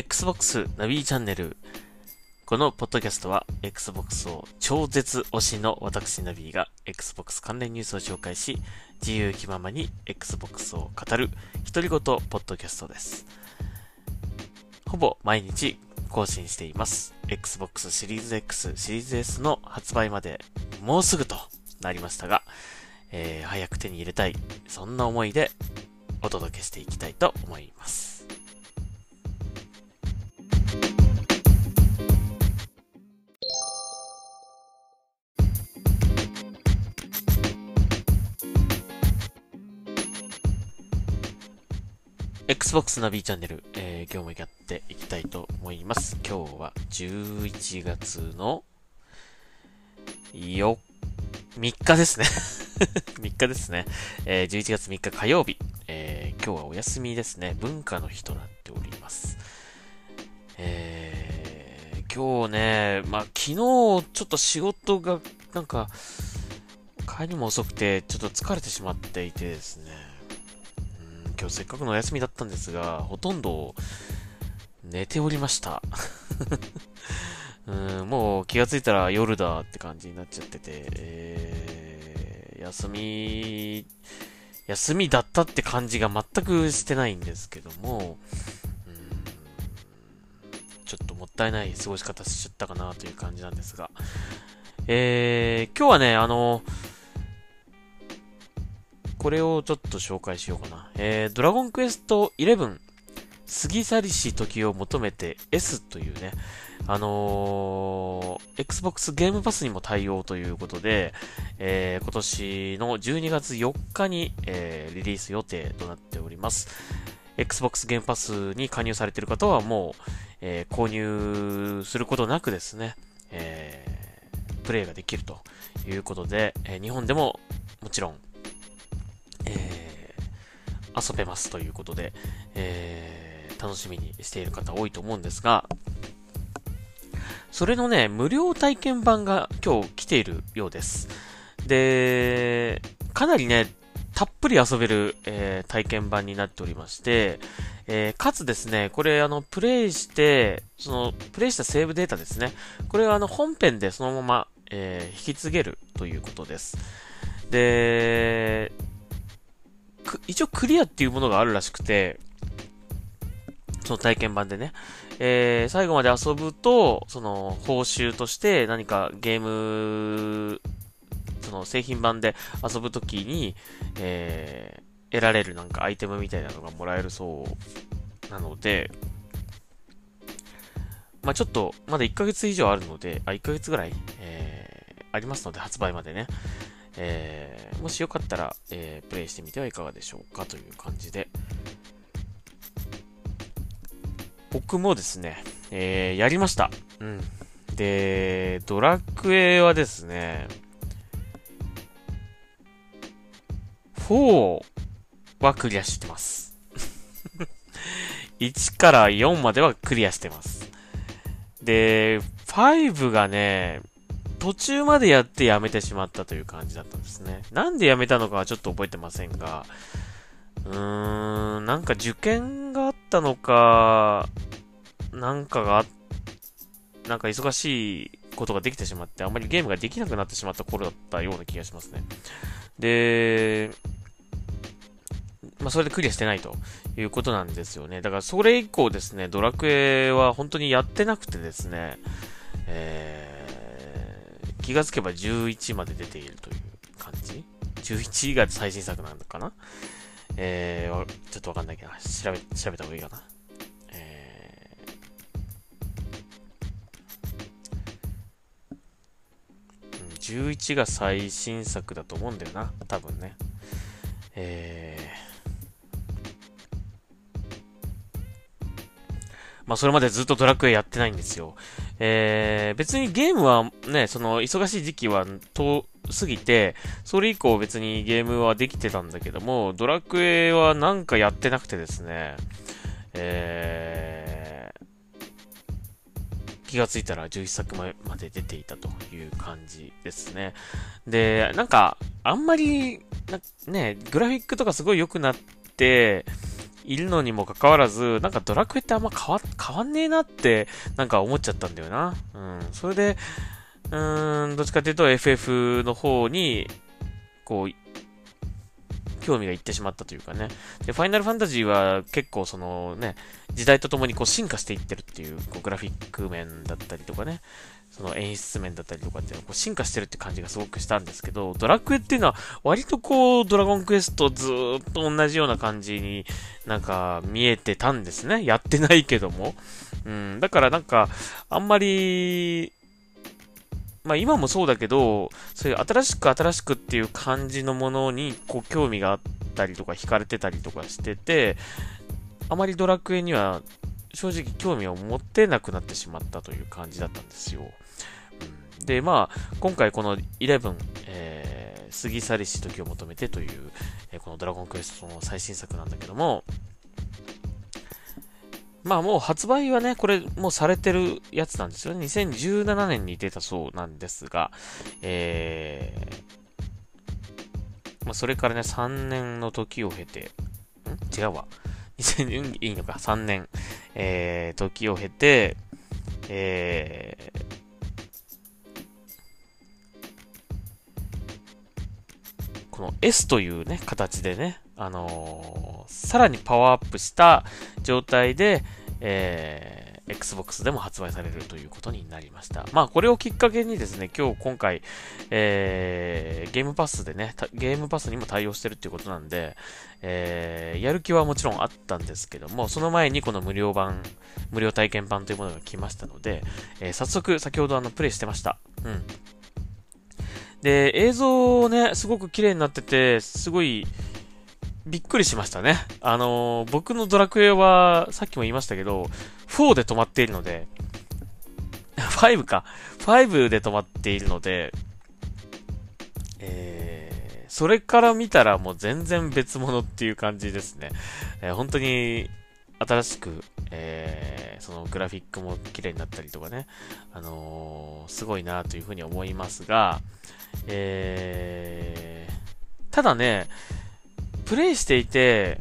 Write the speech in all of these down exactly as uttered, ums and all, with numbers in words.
Xbox ナビチャンネル。このポッドキャストは Xbox を超絶推しの私ナビが Xbox 関連ニュースを紹介し、自由気ままに Xbox を語る独り言ポッドキャストです。ほぼ毎日更新しています。Xbox シリーズ X、シリーズ S の発売までもうすぐとなりましたが、えー、早く手に入れたい、そんな思いでお届けしていきたいと思います。Xbox ナビチャンネル、えー、今日もやっていきたいと思います。今日はじゅういちがつのよ、みっかですね。みっかですね。えー、じゅういちがつみっか火曜日、えー。今日はお休みですね。文化の日となっております。えー、今日ね、まあ、昨日ちょっと仕事がなんか帰りも遅くてちょっと疲れてしまっていてですね。今日せっかくのお休みだったんですが、ほとんど寝ておりました。うん、もう気がついたら夜だって感じになっちゃってて、えー、休み、休みだったって感じが全くしてないんですけども、うん、ちょっともったいない過ごし方しちゃったかなという感じなんですが、えー、今日はね、あの、これをちょっと紹介しようかな。えー、ドラゴンクエストじゅういち、過ぎ去りし時を求めて S というね、あのー、Xbox ゲームパスにも対応ということで、えー、今年のじゅうにがつよっかに、えー、リリース予定となっております。Xbox ゲームパスに加入されている方はもう、えー、購入することなくですね、えー、プレイができるということで、えー、日本でももちろんえー、遊べますということで、えー、楽しみにしている方多いと思うんですが、それのね、無料体験版が今日来ているようです。で、かなりね、たっぷり遊べる、えー、体験版になっておりまして、えー、かつですね、これあの、プレイして、その、プレイしたセーブデータですね。これはあの、本編でそのまま、えー、引き継げるということです。で、一応クリアっていうものがあるらしくて、その体験版でね、えー、最後まで遊ぶと、その報酬として何かゲーム、その製品版で遊ぶときに、えー、得られるなんかアイテムみたいなのがもらえるそうなので、まあちょっと、まだいっかげつ以上あるので、あ、いっかげつぐらい、えー、ありますので、発売までね。えー、もしよかったら、えー、プレイしてみてはいかがでしょうかという感じで。僕もですね、えー、やりました。うん。で、ドラクエはですね、フォーはクリアしてます。いちからよんまではクリアしてます。で、ごがね、途中までやってやめてしまったという感じだったんですね。なんでやめたのかはちょっと覚えてませんが、うーん、なんか受験があったのか、なんかが、なんか忙しいことができてしまって、あんまりゲームができなくなってしまった頃だったような気がしますね。で、まあそれでクリアしてないということなんですよね。だからそれ以降ですね、ドラクエは本当にやってなくてですね、えー気がつけばじゅういちまで出ているという感じ ?じゅういち が最新作なのかなえー、ちょっとわかんないけど、調べ、調べた方がいいかな。えー、じゅういちが最新作だと思うんだよな。多分ね。えー、まあそれまでずっとドラクエやってないんですよ。えー、別にゲームはね、その忙しい時期は遠すぎて、それ以降別にゲームはできてたんだけども、ドラクエはなんかやってなくてですね、えー、気がついたらじゅういっさくまで出ていたという感じですね。で、なんか、あんまり、ね、グラフィックとかすごい良くなって、 いるのにもかかわらず、なんかドラクエってあんま変わ、変わんねえなって、なんか思っちゃったんだよな。うん。それで、うーん、どっちかっていうと エフエフ の方に、こう、興味がいってしまったというかね。で、ファイナルファンタジーは結構そのね、時代とともにこう進化していってるっていう、こうグラフィック面だったりとかね、その演出面だったりとかっていうのはこう進化してるって感じがすごくしたんですけど、ドラクエっていうのは割とこう、ドラゴンクエストずーっと同じような感じになんか見えてたんですね。やってないけども。うん、だからなんか、あんまり、まあ今もそうだけど、そういう新しく新しくっていう感じのものにこう興味があったりとか惹かれてたりとかしてて、あまりドラクエには正直興味を持ってなくなってしまったという感じだったんですよ。うん、で、まあ今回このじゅういち、えー、過ぎ去りし時を求めてという、えー、このドラゴンクエストの最新作なんだけども、まあもう発売はね、これもうされてるやつなんですよね。にせんじゅうななねんに出たそうなんですが、えー、まあそれからね、さんねんの時を経て、ん違うわ。にせん、いいのか、さんねん、えー、時を経て、えー、この S というね、形でね、あのー、さらにパワーアップした状態で、えー、Xbox でも発売されるということになりました。まあ、これをきっかけにですね、今日、今回、えー、ゲームパスでね、ゲームパスにも対応してるっていうことなんで、えー、やる気はもちろんあったんですけども、その前にこの無料版、無料体験版というものが来ましたので、えー、早速、先ほどあの、プレイしてました。うん。で、映像ね、すごく綺麗になってて、すごい、びっくりしましたね。あのー、僕のドラクエは、さっきも言いましたけど、フォーで止まっているので、ファイブか。ファイブで止まっているので、えー、それから見たらもう全然別物っていう感じですね。えー、本当に、新しく、えー、そのグラフィックも綺麗になったりとかね、あのー、すごいなというふうに思いますが、えー、ただね、プレイしていて、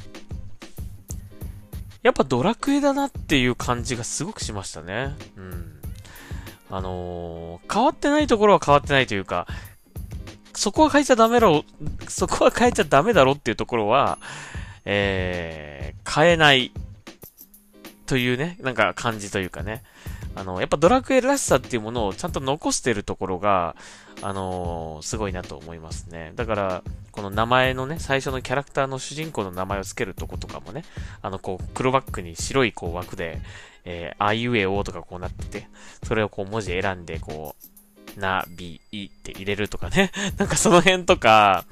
やっぱドラクエだなっていう感じがすごくしましたね。うん。あのー、変わってないところは変わってないというか、そこは変えちゃダメだろ、そこは変えちゃダメだろっていうところは、えー、変えないというね、なんか感じというかね。あの、やっぱドラクエらしさっていうものをちゃんと残してるところが、あのー、すごいなと思いますね。だから、この名前のね、最初のキャラクターの主人公の名前を付けるとことかもね、あの、こう、黒バックに白いこう枠で、えー、あいうえおとかこうなってて、それをこう文字選んで、こう、な、び、いって入れるとかね。なんかその辺とか、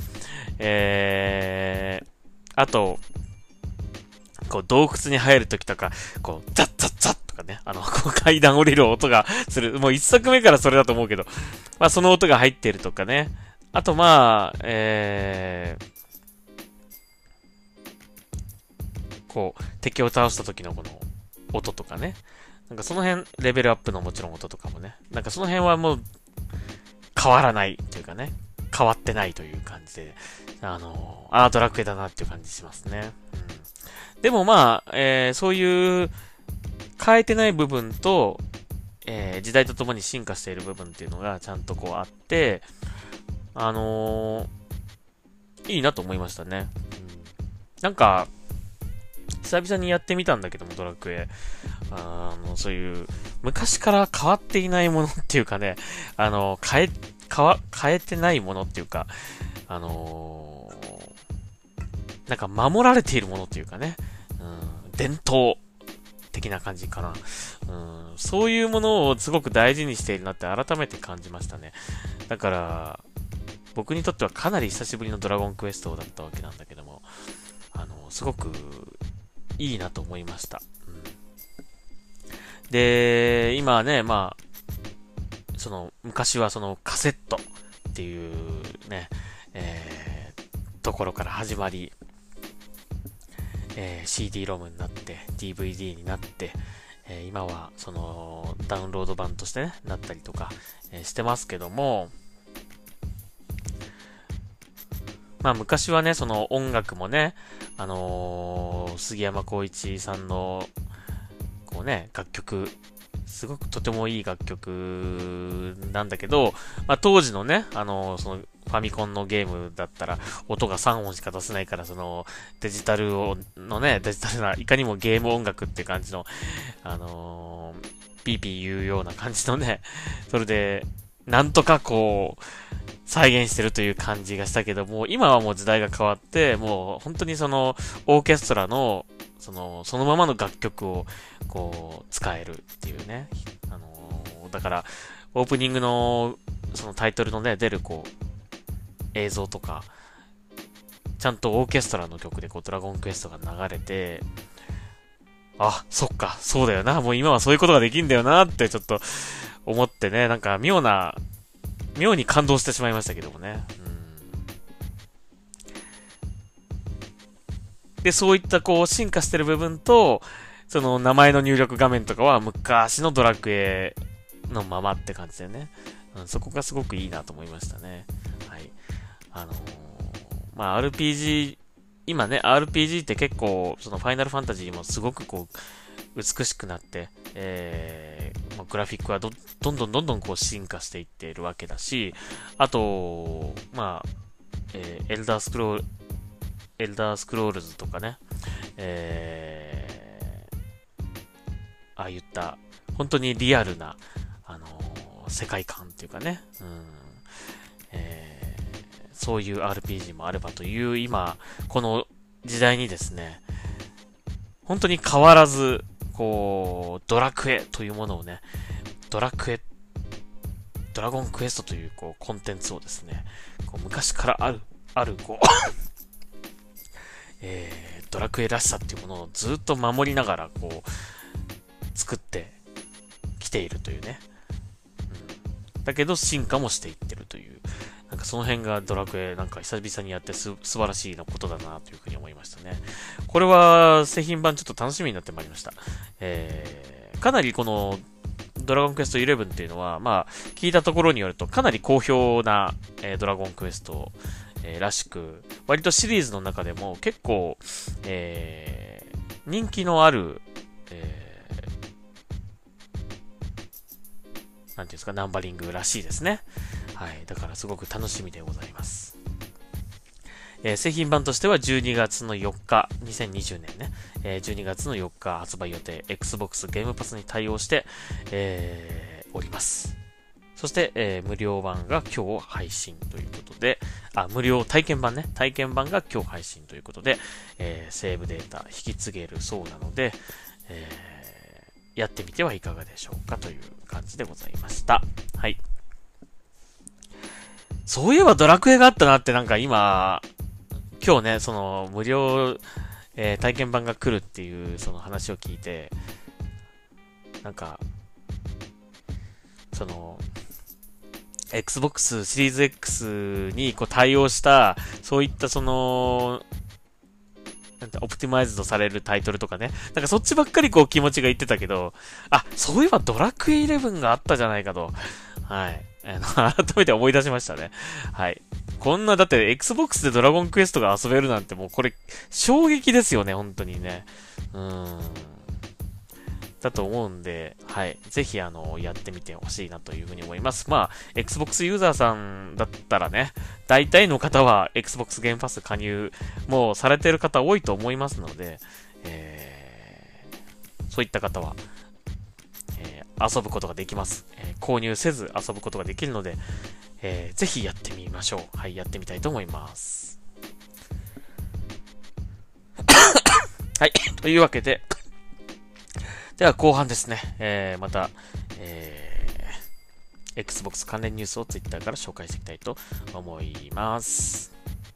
えー、あと、こう洞窟に入るときとか、こう、ザッザッザッとかね、あの、こう階段降りる音がする。もう一作目からそれだと思うけど、まあその音が入ってるとかね。あとまあ、えー、こう、敵を倒した時のこの音とかね。なんかその辺、レベルアップのもちろん音とかもね。なんかその辺はもう、変わらないというかね。変わってないという感じで、あの、あードラクエだなっていう感じしますね。うん、でもまあ、えー、そういう変えてない部分と、えー、時代とともに進化している部分っていうのがちゃんとこうあって、あのー、いいなと思いましたね。うん、なんか、久々にやってみたんだけども、ドラクエ。あの、そういう、昔から変わっていないものっていうかね、あの、変え、変わ、変えてないものっていうか、あのー、なんか守られているものっていうかね、うん、伝統的な感じかな、うん。そういうものをすごく大事にしているなって改めて感じましたね。だから、僕にとってはかなり久しぶりのドラゴンクエストだったわけなんだけども、あの、すごくいいなと思いました。うん、で、今ね、まあ、その、昔はそのカセットっていうね、えー、ところから始まり、えー、シーディー ロムになって、ディーブイディー になって、えー、今はそのダウンロード版としてね、なったりとか、えー、してますけども、ままあ昔はね、その音楽もね、あのー、杉山浩一さんの、こうね、楽曲、すごくとてもいい楽曲なんだけど、まあ当時のね、あのー、その、ファミコンのゲームだったら、音がさんおんしか出せないから、その、デジタルを、のね、デジタルな、いかにもゲーム音楽って感じの、あのー、ピーピー言うような感じのね、それで、なんとかこう、再現してるという感じがしたけども、今はもう時代が変わって、もう本当にその、オーケストラの、その、そのままの楽曲を、こう、使えるっていうね。あのー、だから、オープニングの、そのタイトルのね、出るこう、映像とか、ちゃんとオーケストラの曲でこう、ドラゴンクエストが流れて、あ、そっか、そうだよな、もう今はそういうことができんだよなってちょっと思ってね、なんか妙な、妙に感動してしまいましたけどもね。うん、で、そういったこう進化してる部分と、その名前の入力画面とかは昔のドラクエのままって感じでね。うん、そこがすごくいいなと思いましたね。はい。あのー、まあ、アールピージー、今ね、アールピージー って結構、そのファイナルファンタジーもすごくこう、美しくなって、えー、グラフィックはど、どんどんどんどんこう進化していっているわけだし、あと、まあ、えー、エルダースクロール、エルダースクロールズとかね、えー、ああいった、本当にリアルな、あのー、世界観っていうかね、うん、えー、そういう アールピージー もあればという、今、この時代にですね、本当に変わらず、こう、ドラクエというものをね、ドラクエ、ドラゴンクエストというこうコンテンツをですね、こう昔からある、ある、こうえー、ドラクエらしさっていうものをずっと守りながら、こう、作ってきているというね。うん、だけど進化もしていってるという。なんかその辺がドラクエなんか久々にやってす素晴らしいのことだなというふうに思いましたね。これは製品版ちょっと楽しみになってまいりました。えー、かなりこのドラゴンクエストじゅういちっていうのは、まあ、聞いたところによるとかなり好評な、えー、ドラゴンクエスト、えー、らしく、割とシリーズの中でも結構、えー、人気のある、えー、なんていうんですか、ナンバリングらしいですね。はい。だからすごく楽しみでございます。えー、製品版としてはじゅうにがつのよっか、にせんにじゅうねんね、えー、じゅうにがつのよっか発売予定、Xbox ゲームパスに対応して、えー、おります。そして、えー、無料版が今日配信ということで、あ、無料体験版ね、体験版が今日配信ということで、えー、セーブデータ引き継げるそうなので、えー、やってみてはいかがでしょうかという感じでございました。はい。そういえばドラクエがあったなってなんか今、今日ね、その無料、えー、体験版が来るっていうその話を聞いて、なんか、その、Xbox シリーズ X にこう対応した、そういったその、なんてオプティマイズドされるタイトルとかね。なんかそっちばっかりこう気持ちが言ってたけど、あ、そういえばドラクエイレブンがあったじゃないかと。はい。あの、改めて思い出しましたね。はい。こんな、だって Xbox でドラゴンクエストが遊べるなんてもうこれ、衝撃ですよね、本当にね。うーん。だと思うんで、はい。ぜひ、あの、やってみてほしいなというふうに思います。まあ、Xbox ユーザーさんだったらね、大体の方は Xbox ゲームパス加入、もうされてる方多いと思いますので、えー、そういった方は、えー、遊ぶことができます。えー、購入せず遊ぶことができるので、えー、ぜひやってみましょう。はい、やってみたいと思います。はい、というわけで、では後半ですね、えー、また、えー、Xbox 関連ニュースを Twitter から紹介していきたいと思います。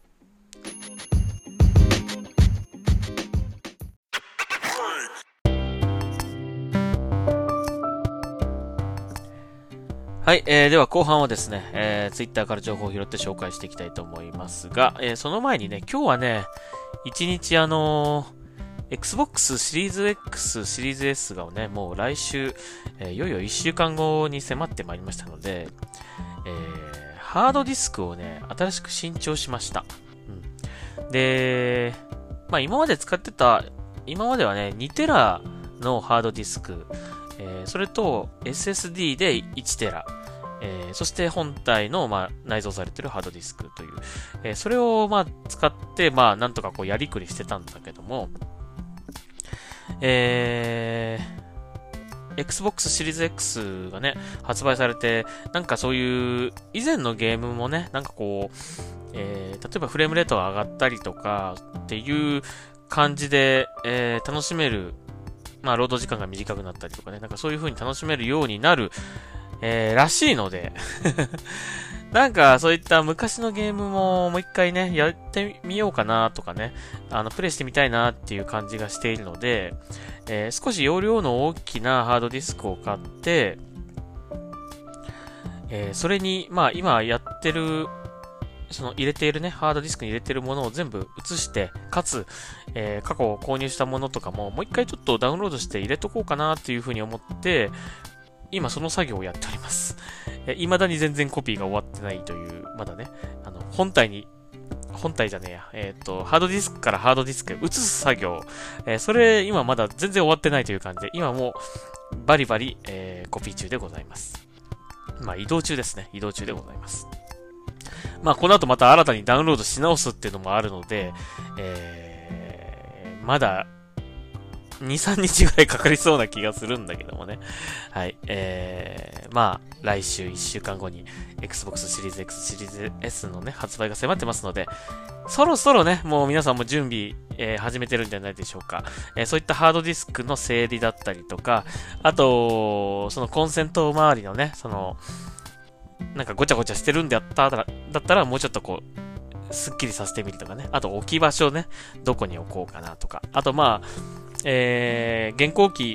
はい、えー、では後半はですね、えー、Twitter から情報を拾って紹介していきたいと思いますが、えー、その前にね、今日はね、一日あのー、Xbox シリーズ X、シリーズ S がね、もう来週、えー、いよいよいっしゅうかんごに迫ってまいりましたので、えー、ハードディスクをね、新しく新調しました。うん。 で、まあ今まで使ってた、今まではね、にテラのハードディスク、えー、それと エスエスディー でいちテラ、えー、そして本体の、まあ、内蔵されているハードディスクという、えー、それを、まあ、使って、まあ、なんとかこう、やりくりしてたんだけども、えー、Xbox シリーズ X がね、発売されて、なんかそういう、以前のゲームもね、なんかこう、えー、例えばフレームレートが上がったりとか、っていう感じで、えー、楽しめる、まあ、労働時間が短くなったりとかね、なんかそういう風に楽しめるようになる、えー、らしいのでなんかそういった昔のゲームももう一回ね、やってみようかなとかね、あの、プレイしてみたいなっていう感じがしているので、えー、少し容量の大きなハードディスクを買って、えー、それに、まあ今やってる、その入れているね、ハードディスクに入れているものを全部移して、かつ、えー、過去購入したものとかももう一回ちょっとダウンロードして入れとこうかなっていうふうに思って、今その作業をやっております。え、未だに全然コピーが終わってないという、まだね、あの、本体に、本体じゃねえや、えっと、ハードディスクからハードディスクへ移す作業、えー、それ今まだ全然終わってないという感じで、今もうバリバリ、えー、コピー中でございます。まあ移動中ですね。移動中でございます。まあこの後また新たにダウンロードし直すっていうのもあるので、えー、まだ、に、さんにちぐらいかかりそうな気がするんだけどもね。はい。えー、まあ、来週いっしゅうかんごに Xbox シリーズ X、シリーズ S のね、発売が迫ってますので、そろそろね、もう皆さんも準備、えー、始めてるんじゃないでしょうか。えー、そういったハードディスクの整理だったりとか、あと、そのコンセント周りのね、その、なんかごちゃごちゃしてるんだったら、だったらもうちょっとこう、すっきりさせてみるとかね。あと置き場所ね、どこに置こうかなとか。あとまあ、えー、現行機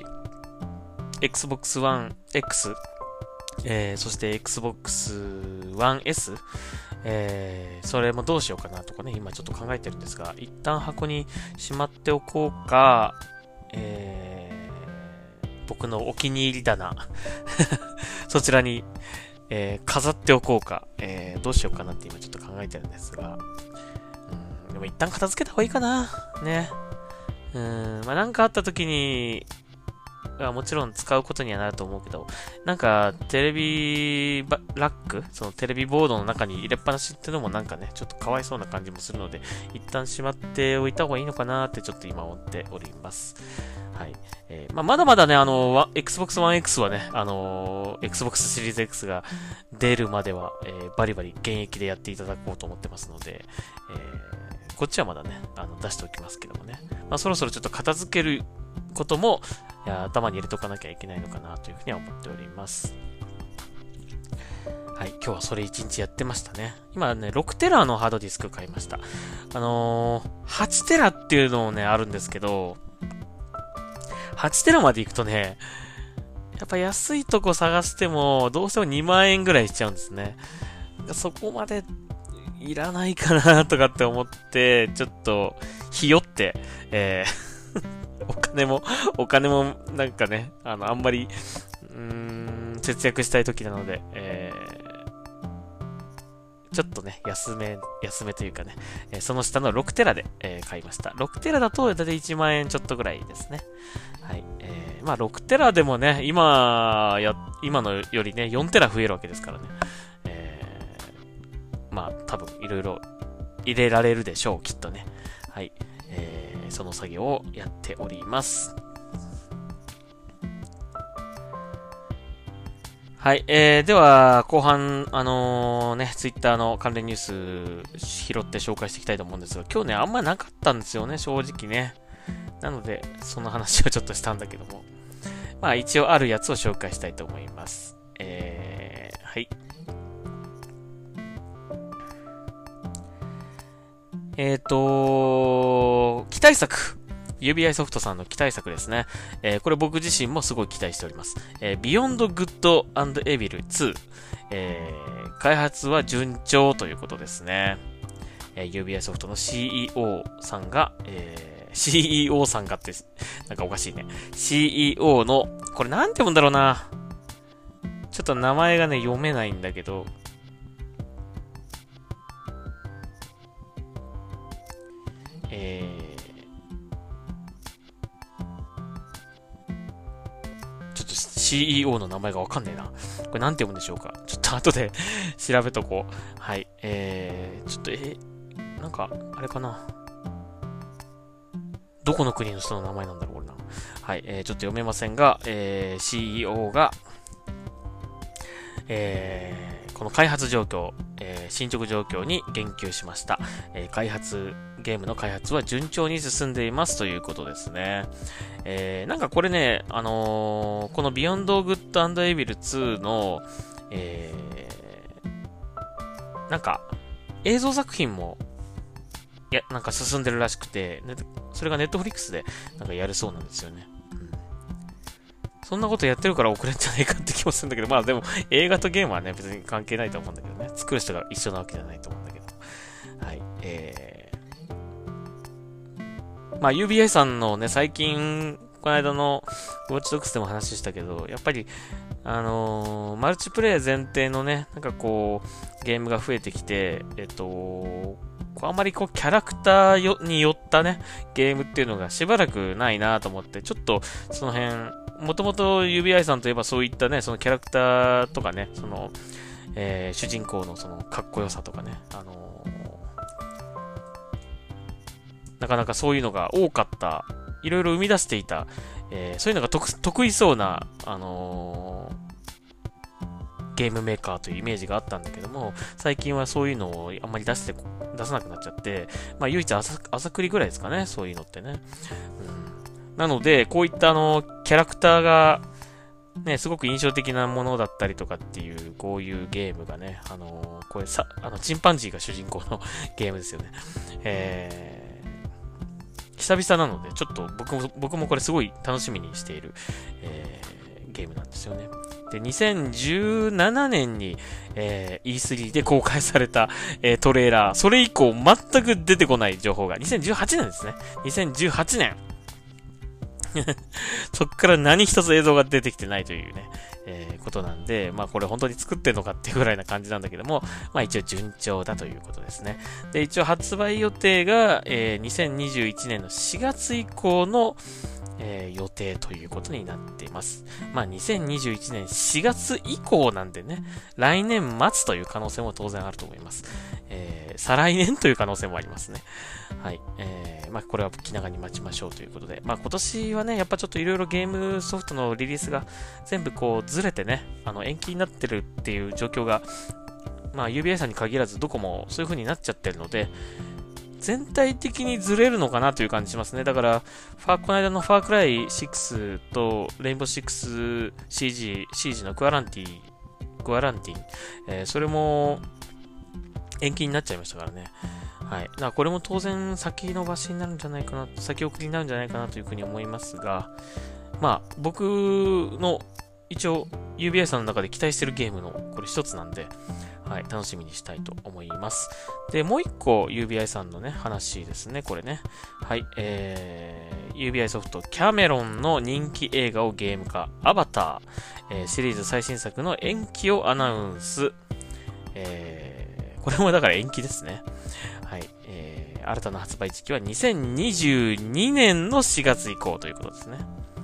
Xbox One X、えー、そして Xbox One S、えー、それもどうしようかなとかね、今ちょっと考えてるんですが、一旦箱にしまっておこうか、えー、僕のお気に入り棚、そちらに、えー、飾っておこうか、えー、どうしようかなって今ちょっと考えてるんですが、うん、でも一旦片付けた方がいいかな、ね。うん、まあ、なんかあった時に、もちろん使うことにはなると思うけど、なんか、テレビラックそのテレビボードの中に入れっぱなしっていうのもなんかね、ちょっとかわいそうな感じもするので、一旦しまっておいた方がいいのかなってちょっと今思っております。はい。えー、まあ、まだまだね、あの、Xbox One X はね、あのー、Xbox シリーズ X が出るまでは、えー、バリバリ現役でやっていただこうと思ってますので、えー、こっちはまだね、あの、出しておきますけどもね。まあ、そろそろちょっと片付けることも、いや、頭に入れとかなきゃいけないのかなというふうには思っております。はい、今日はそれいちにちやってましたね。今ね、ろくテラのハードディスク買いました。あのー、はちテラっていうのもね、あるんですけど、はちテラまで行くとね、やっぱ安いとこ探しても、どうしてもにまんえんぐらいしちゃうんですね。そこまでいらないかなとかって思って、ちょっと、ひよって、えーお金も、お金もなんかね、あの、あんまり、うーん、節約したい時なので、えー、ちょっとね、安め、安めというかね、えー、その下のろくテラで、えー、買いました。ろくテラだとだいたいいちまんえんちょっとぐらいですね。はい。えー、まあろくテラでもね、今、や、今のよりね、よんテラ増えるわけですからね。えー、まあ多分いろいろ入れられるでしょう、きっとね。はい。えー、その作業をやっております。はい、えー、では、後半、あのー、ね、ツイッターの関連ニュース拾って紹介していきたいと思うんですが、今日ね、あんまなかったんですよね、正直ね。なので、その話をちょっとしたんだけども。まあ、一応あるやつを紹介したいと思います。えー、はい。えっ、ー、と、期待作。ユービーアイ ソフトさんの期待作ですね。えー、これ僕自身もすごい期待しております。えー、Beyond Good and Evil ツー。えー、開発は順調ということですね。えー、ユービーアイ ソフトの シーイーオー さんが、えー、シーイーオー さんがって、なんかおかしいね。シーイーオー の、これなんて読むんだろうな。ちょっと名前がね、読めないんだけど、 えー、ちょっと シーイーオー の名前がわかんねえな。これなんて読むんでしょうか。ちょっと後で調べとこう。はい。えー、ちょっと、えー、なんか、あれかな。どこの国の人の名前なんだろう、これな。はい。えー、ちょっと読めませんが、えー、シーイーオー が、えー、この開発状況、えー、進捗状況に言及しました。えー、開発、ゲームの開発は順調に進んでいますということですね。えー、なんかこれね、あのー、この Beyond Good and Evil ツーの、えー、なんか映像作品も、いや、なんか進んでるらしくて、それが Netflix でなんかやるそうなんですよね。そんなことやってるから遅れんじゃないかって気もするんだけど、まあでも映画とゲームはね、別に関係ないと思うんだけどね。作る人が一緒なわけじゃないと思うんだけど。はい。えー、まあ ユービーアイ さんのね、最近、この間のウォッチドックスでも話したけど、やっぱり、あのー、マルチプレイ前提のね、なんかこう、ゲームが増えてきて、えっと、あんまりこうキャラクターによったね、ゲームっていうのがしばらくないなと思って、ちょっとその辺、もともと ユービーアイ さんといえばそういったね、そのキャラクターとかね、その、えー、主人公のそのかっこよさとかね、あのー、なかなかそういうのが多かった、いろいろ生み出していた、えー、そういうのが得意そうな、あのー、ゲームメーカーというイメージがあったんだけども、最近はそういうのをあんまり出して、出さなくなっちゃって、まあ唯一朝、朝栗ぐらいですかね、そういうのってね。うんなので、こういったあの、キャラクターが、ね、すごく印象的なものだったりとかっていう、こういうゲームがね、あのー、これさ、あの、チンパンジーが主人公のゲームですよね。えー、久々なので、ちょっと僕も、僕もこれすごい楽しみにしている、えー、ゲームなんですよね。で、にせんじゅうななねんに、えー、イースリー で公開された、えー、トレーラー、それ以降全く出てこない情報が、にせんじゅうはちねんですね。にせんじゅうはちねん。そっから何一つ映像が出てきてないというね、えー、ことなんで、まあこれ本当に作ってんのかっていうぐらいな感じなんだけども、まあ一応順調だということですね。で、一応発売予定が、えー、にせんにじゅういちねんのしがつ以降の、えー、予定ということになっています。まあにせんにじゅういちねんしがつ以降なんでね、来年末という可能性も当然あると思います。えー、再来年という可能性もありますね。はい。えー、まあこれは気長に待ちましょうということで。まあ今年はね、やっぱちょっといろいろゲームソフトのリリースが全部こうずれてね、あの延期になってるっていう状況が、まあ ユービーアイ さんに限らずどこもそういう風になっちゃってるので、全体的にずれるのかなという感じしますね。だから、ファこの間のファークライシックスとレインボーシックス シージー、シージー のクアランティ、クアランティン、えー、それも延期になっちゃいましたからね。はい。だからこれも当然先延ばしになるんじゃないかな、先送りになるんじゃないかなというふうに思いますが、まあ、僕の一応 ユービーアイ さんの中で期待してるゲームのこれ一つなんで、はい、楽しみにしたいと思います。で、もう一個 ユービーアイ さんのね、話ですね、これね。はい、えー、ユービーアイ ソフト、キャメロンの人気映画をゲーム化、アバター、えー、シリーズ最新作の延期をアナウンス、えー、これもだから延期ですね。はい、えー、新たな発売時期はにせんにじゅうにねんのしがつ以降ということですね。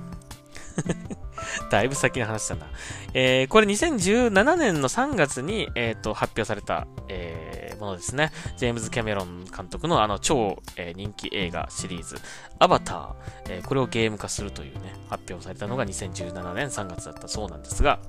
だいぶ先の話だな。えー、これにせんじゅうななねんのさんがつに、えー、と発表された、えー、ものですね。ジェームズ・キャメロン監督のあの超、えー、人気映画シリーズ、アバター、えー、これをゲーム化するというね、発表されたのがにせんじゅうななねんさんがつだったそうなんですが、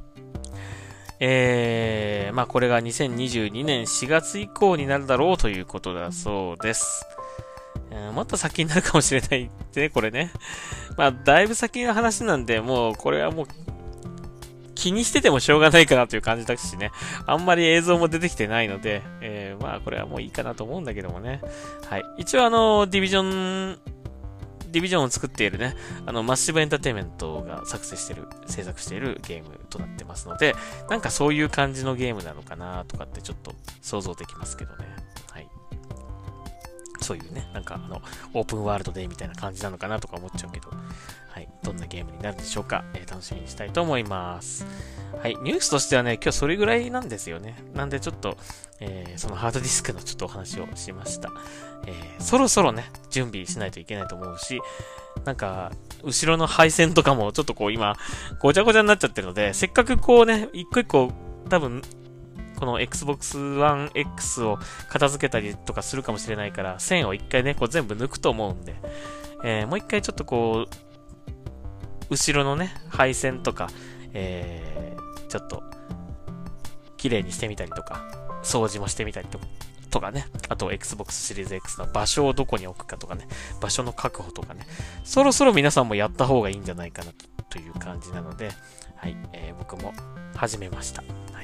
えー、まあこれがにせんにじゅうにねんしがつ以降になるだろうということだそうです。えー、もっと先になるかもしれないってね、これね。まあ、だいぶ先の話なんで、もう、これはもう、気にしててもしょうがないかなという感じだしね。あんまり映像も出てきてないので、えー、まあ、これはもういいかなと思うんだけどもね。はい。一応あの、ディビジョン、ディビジョンを作っているね、あの、マッシブエンターテイメントが作成している、制作しているゲームとなってますので、なんかそういう感じのゲームなのかなとかってちょっと想像できますけどね。はい。ちょそういうね、なんかあの、オープンワールドでみたいな感じなのかなとか思っちゃうけど、はい、どんなゲームになるんでしょうか、えー、楽しみにしたいと思います。はい、ニュースとしてはね、今日それぐらいなんですよね。なんでちょっと、えー、そのハードディスクのちょっとお話をしました。えー、そろそろね、準備しないといけないと思うし、なんか、後ろの配線とかもちょっとこう今、ごちゃごちゃになっちゃってるので、せっかくこうね、一個一個、多分、この Xbox One X を片付けたりとかするかもしれないから、線を一回ね、こう全部抜くと思うんで、えー、もう一回ちょっとこう、後ろのね、配線とか、えー、ちょっと、綺麗にしてみたりとか、掃除もしてみたりとか、とかね、あと Xbox シリーズ X の場所をどこに置くかとかね、場所の確保とかね、そろそろ皆さんもやった方がいいんじゃないかなという感じなので、はい、えー、僕も始めました。はい。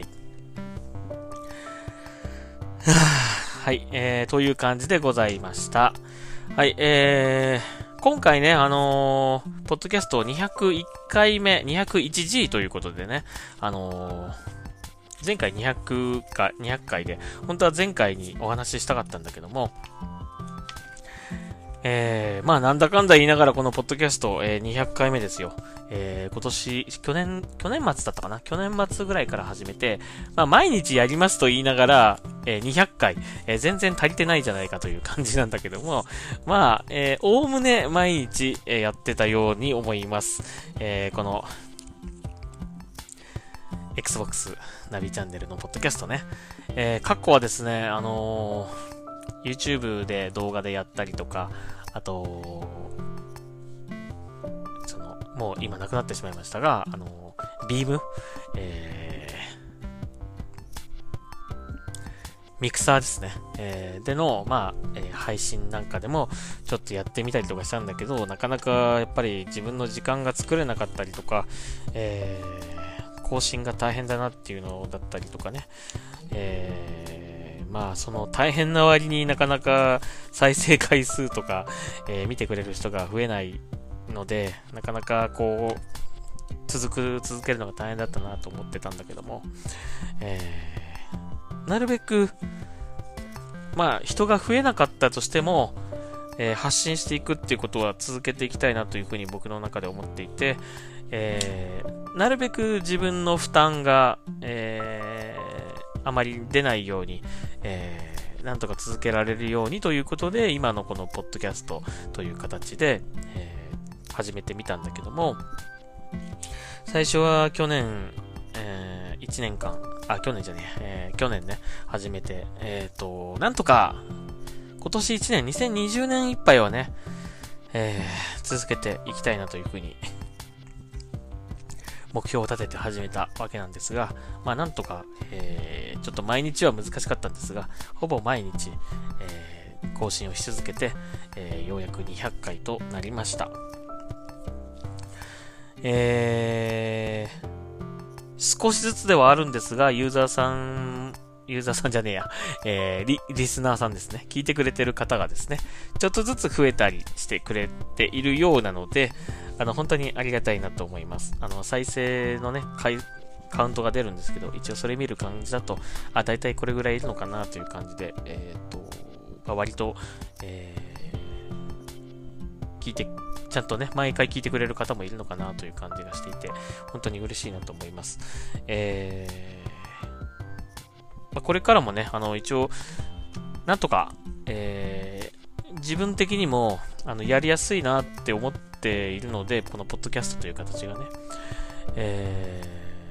はい、えー、という感じでございました。はい、えー、今回ね、あのー、ポッドキャストにひゃくいっかいめ、にひゃくいちジー ということでね、あのー、前回にひゃくかい、にひゃっかいで、本当は前回にお話ししたかったんだけども、えー、まあなんだかんだ言いながらこのポッドキャスト、えー、にひゃっかいめですよ。えー、今年、去年、去年末だったかな去年末ぐらいから始めて、まあ毎日やりますと言いながら、えー、にひゃっかい、えー、全然足りてないじゃないかという感じなんだけども、まあ、えー、おおむね毎日、えー、やってたように思います。えー、この、Xbox ナビチャンネルのポッドキャストね。えー、過去はですね、あのー、YouTube で動画でやったりとか、あと、その、もう今なくなってしまいましたが、あのー、ビーム、えー、ミクサーですね。えー、での、まあ、えー、配信なんかでもちょっとやってみたりとかしたんだけど、なかなかやっぱり自分の時間が作れなかったりとか、えー、更新が大変だなっていうのだったりとかね、えー、まあその大変な割になかなか再生回数とか、えー、見てくれる人が増えないので、なかなかこう続く続けるのが大変だったなと思ってたんだけども、えー、なるべくまあ人が増えなかったとしても、えー、発信していくっていうことは続けていきたいなというふうに僕の中で思っていて、えー、なるべく自分の負担が、えー、あまり出ないように、えー、なんとか続けられるようにということで、今のこのポッドキャストという形で、えー、始めてみたんだけども、最初は去年、えー、いちねんかん、あ、去年じゃねえ、えー、去年ね、始めて、えっと、なんとか、今年いちねん、にせんにじゅうねんいっぱいはね、えー、続けていきたいなというふうに、目標を立てて始めたわけなんですが、まあなんとか、えー、ちょっと毎日は難しかったんですが、ほぼ毎日、えー、更新をし続けて、えー、ようやくにひゃっかいとなりました。えー、少しずつではあるんですが、ユーザーさん、ユーザーさんじゃねえや、えー、リ、リスナーさんですね。聞いてくれてる方がですね、ちょっとずつ増えたりしてくれているようなので、あの、本当にありがたいなと思います。あの、再生のね、カウントが出るんですけど、一応それ見る感じだと、あ、だいたいこれぐらいいるのかなという感じで、えっと、まあ、割と、えー、聞いて、ちゃんとね、毎回聞いてくれる方もいるのかなという感じがしていて、本当に嬉しいなと思います。えー、まあ、これからもね、あの、一応、なんとか、えー、自分的にも、あの、やりやすいなって思っているので、このポッドキャストという形がね、え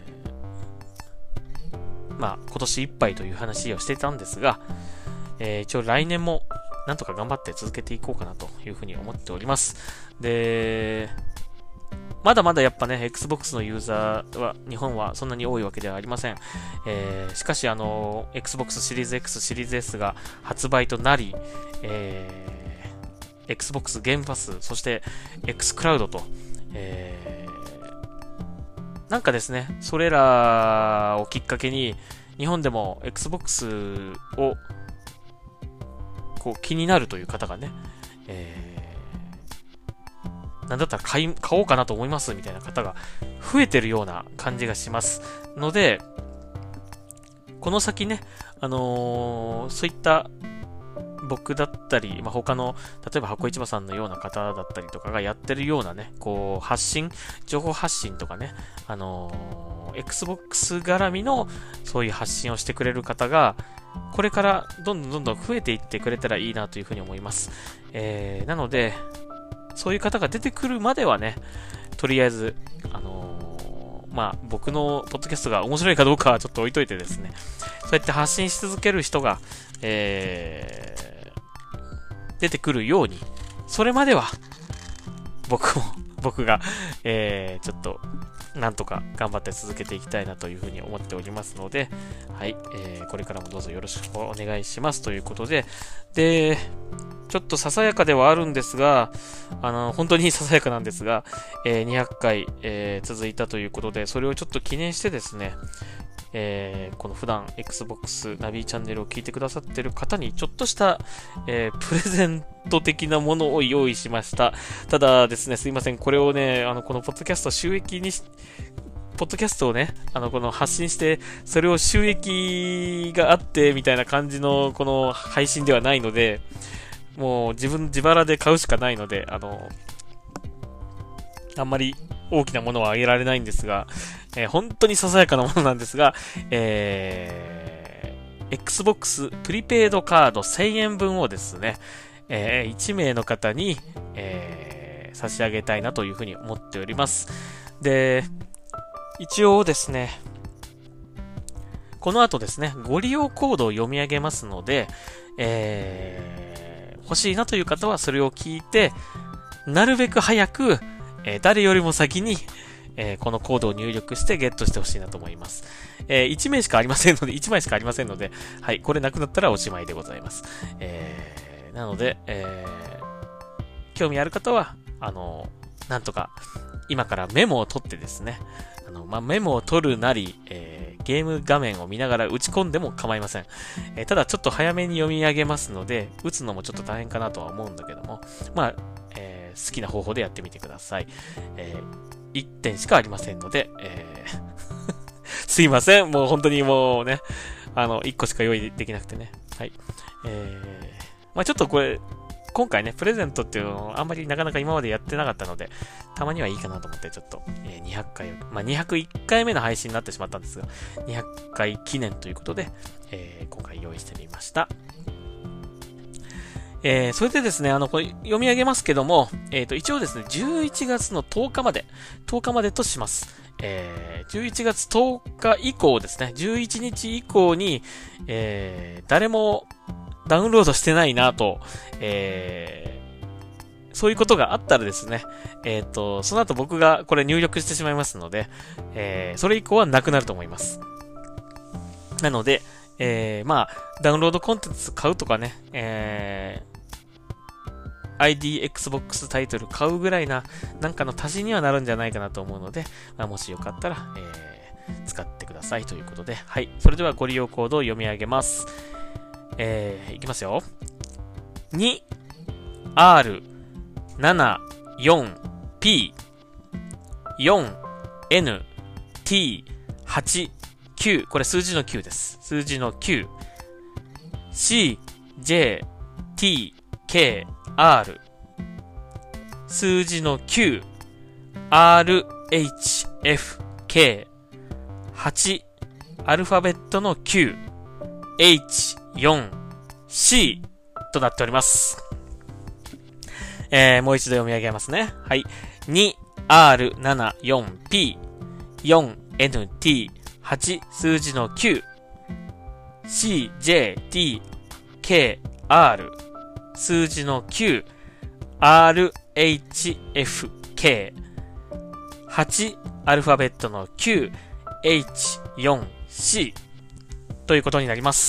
ー、まあ、今年いっぱいという話をしてたんですが、えー、一応来年も、なんとか頑張って続けていこうかなというふうに思っております。で、まだまだやっぱね、Xbox のユーザーは、日本はそんなに多いわけではありません。えー、しかしあの、Xbox シリーズ X、シリーズ S が発売となり、えー、Xbox ゲームパス、そして X クラウドと、えー、なんかですね、それらをきっかけに、日本でも Xbox をこう気になるという方がね、えー、なんだったら買い、買おうかなと思いますみたいな方が増えてるような感じがしますので、この先ね、あのー、そういった僕だったり、まあ、他の、例えば箱市場さんのような方だったりとかがやってるようなね、こう、発信、情報発信とかね、あのー、Xbox 絡みのそういう発信をしてくれる方が、これからどんどんどんどん増えていってくれたらいいなというふうに思います。えー、なので、そういう方が出てくるまではね、とりあえず、あのー、まあ、僕のポッドキャストが面白いかどうかはちょっと置いといてですね、そうやって発信し続ける人が、えー、出てくるように、それまでは、僕も、僕が、えー、ちょっと、なんとか頑張って続けていきたいなというふうに思っておりますので、はい、えー、これからもどうぞよろしくお願いしますということで、で、ちょっとささやかではあるんですが、あの、本当にささやかなんですが、えー、にひゃっかい、えー、続いたということで、それをちょっと記念してですね、えー、この普段 Xbox ナビチャンネルを聞いてくださってる方にちょっとした、えー、プレゼント的なものを用意しました。ただですね、すいません。これをね、あの、このポッドキャスト収益にし、ポッドキャストをね、あの、この発信して、それを収益があって、みたいな感じの、この配信ではないので、もう自分自腹で買うしかないので、あの、あんまり大きなものはあげられないんですが、えー、本当にささやかなものなんですが、えー、Xbox プリペイドカードせんえんぶんをですね、えー、いちめいの方に、えー、差し上げたいなというふうに思っております。で、一応ですね、この後ですね、ご利用コードを読み上げますので、えー、欲しいなという方はそれを聞いて、なるべく早く、えー、誰よりも先に、えー、このコードを入力してゲットしてほしいなと思います。えー、いちめいしかありませんので、いちまいしかありませんので、はい、これなくなったらおしまいでございます。えー、なので、えー、興味ある方は、あのー、なんとか、今からメモを取ってですね、あの、まあ、メモを取るなり、えー、ゲーム画面を見ながら打ち込んでも構いません。えー、ただちょっと早めに読み上げますので、打つのもちょっと大変かなとは思うんだけども、まあ、えー、好きな方法でやってみてください。えー、いってんしかありませんので、えー、すいません。もう本当にもうね、あの、いっこしか用意できなくてね。はい。えー、まあちょっとこれ、今回ね、プレゼントっていうのをあんまりなかなか今までやってなかったので、たまにはいいかなと思って、ちょっと、えー、にひゃっかい、まあ、にひゃくいっかいめの配信になってしまったんですが、にひゃっかい記念ということで、えー、今回用意してみました。えー、それでですね、あの、これ読み上げますけども、えっと、一応ですね、じゅういちがつのとおかまで、とおかまでとします。えー、じゅういちがつとおか以降ですね、じゅういちにち以降に、えー、誰もダウンロードしてないなと、えー、そういうことがあったらですね、えっと、その後僕がこれ入力してしまいますので、えー、それ以降はなくなると思います。なので、えー、まあ、ダウンロードコンテンツ買うとかね、えー、アイディーエックスボックス タイトル買うぐらいな、なんかの足しにはなるんじゃないかなと思うので、まあ、もしよかったら、えー、使ってくださいということで、はい。それではご利用コードを読み上げます。えー、いきますよ。にアールななよんピーよんエヌティーはちきゅう これ数字のきゅうです。数字のきゅう シージェーティーケーアール 数字のきゅう アールエイチエフケーはち アルファベットのきゅう エイチよんシー となっております。えー、もう一度読み上げますね。はい。にアールななよんピーよんエヌティーはち 数字のきゅう シージェーティーケーアール 数字のきゅう アールエイチエフケーはち アルファベットのきゅう エイチよんシー ということになります。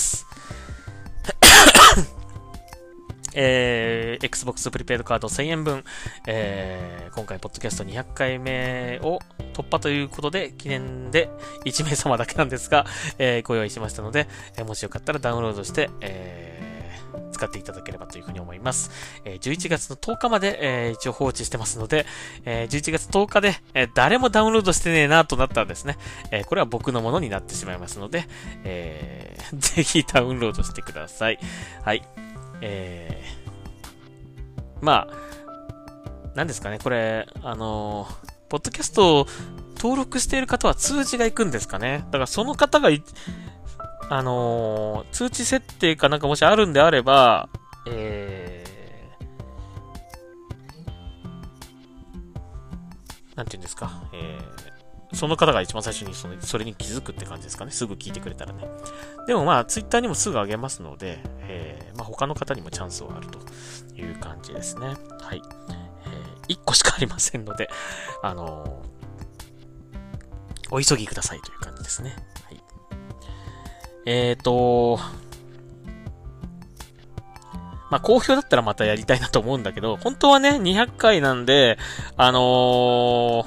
えー、Xbox プリペイドカードせんえんぶん、えー、今回ポッドキャストにひゃっかいめを突破ということで、記念でいちめいさまだけなんですが、えー、ご用意しましたので、えー、もしよかったらダウンロードして、えー、使っていただければというふうに思います。えー、じゅういちがつのとおかまで、えー、一応放置してますので、えー、じゅういちがつとおかで、えー、誰もダウンロードしてねえなとなったらですね、えー、これは僕のものになってしまいますので、えー、ぜひダウンロードしてください。はい。 えー、まあ、何ですかね、これ、あのー、ポッドキャストを登録している方は通知が行くんですかね。だからその方がい、あのー、通知設定かなんかもしあるんであれば、えー、なんて言うんですか、えー、その方が一番最初にそのそれに気づくって感じですかね。すぐ聞いてくれたらね。でもまあ、ツイッターにもすぐ上げますので、えー、まあ他の方にもチャンスはあるという感じですね。はい。えー、いっこしかありませんので、あのー、お急ぎくださいという感じですね。はい。えーと、まあ、好評だったらまたやりたいなと思うんだけど、本当はね、にひゃっかいなんで、あのー、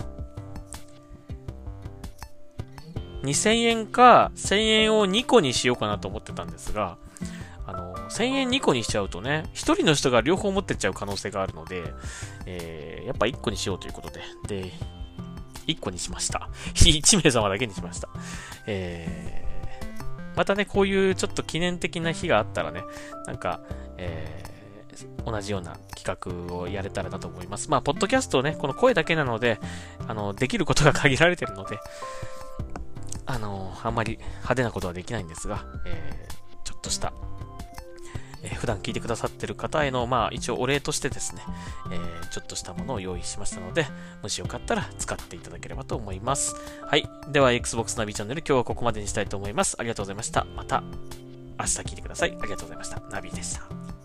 にせんえんかせんえんをにこにしようかなと思ってたんですが、あのー、せんえんにこにしちゃうとね、ひとりの人が両方持ってっちゃう可能性があるので、えー、やっぱいっこにしようということで、で、いっこにしました。いちめい様だけにしました。えー、またね、こういうちょっと記念的な日があったらね、なんか、えー、同じような企画をやれたらなと思います。まあ、ポッドキャストね、この声だけなので、あの、できることが限られてるので、あの、あんまり派手なことはできないんですが、えー、ちょっとした、えー、普段聞いてくださってる方への、まあ、一応お礼としてですね、えー、ちょっとしたものを用意しましたので、もしよかったら使っていただければと思います。はい。では、Xbox ナビチャンネル、今日はここまでにしたいと思います。ありがとうございました。また、明日聞いてください。ありがとうございました。ナビでした。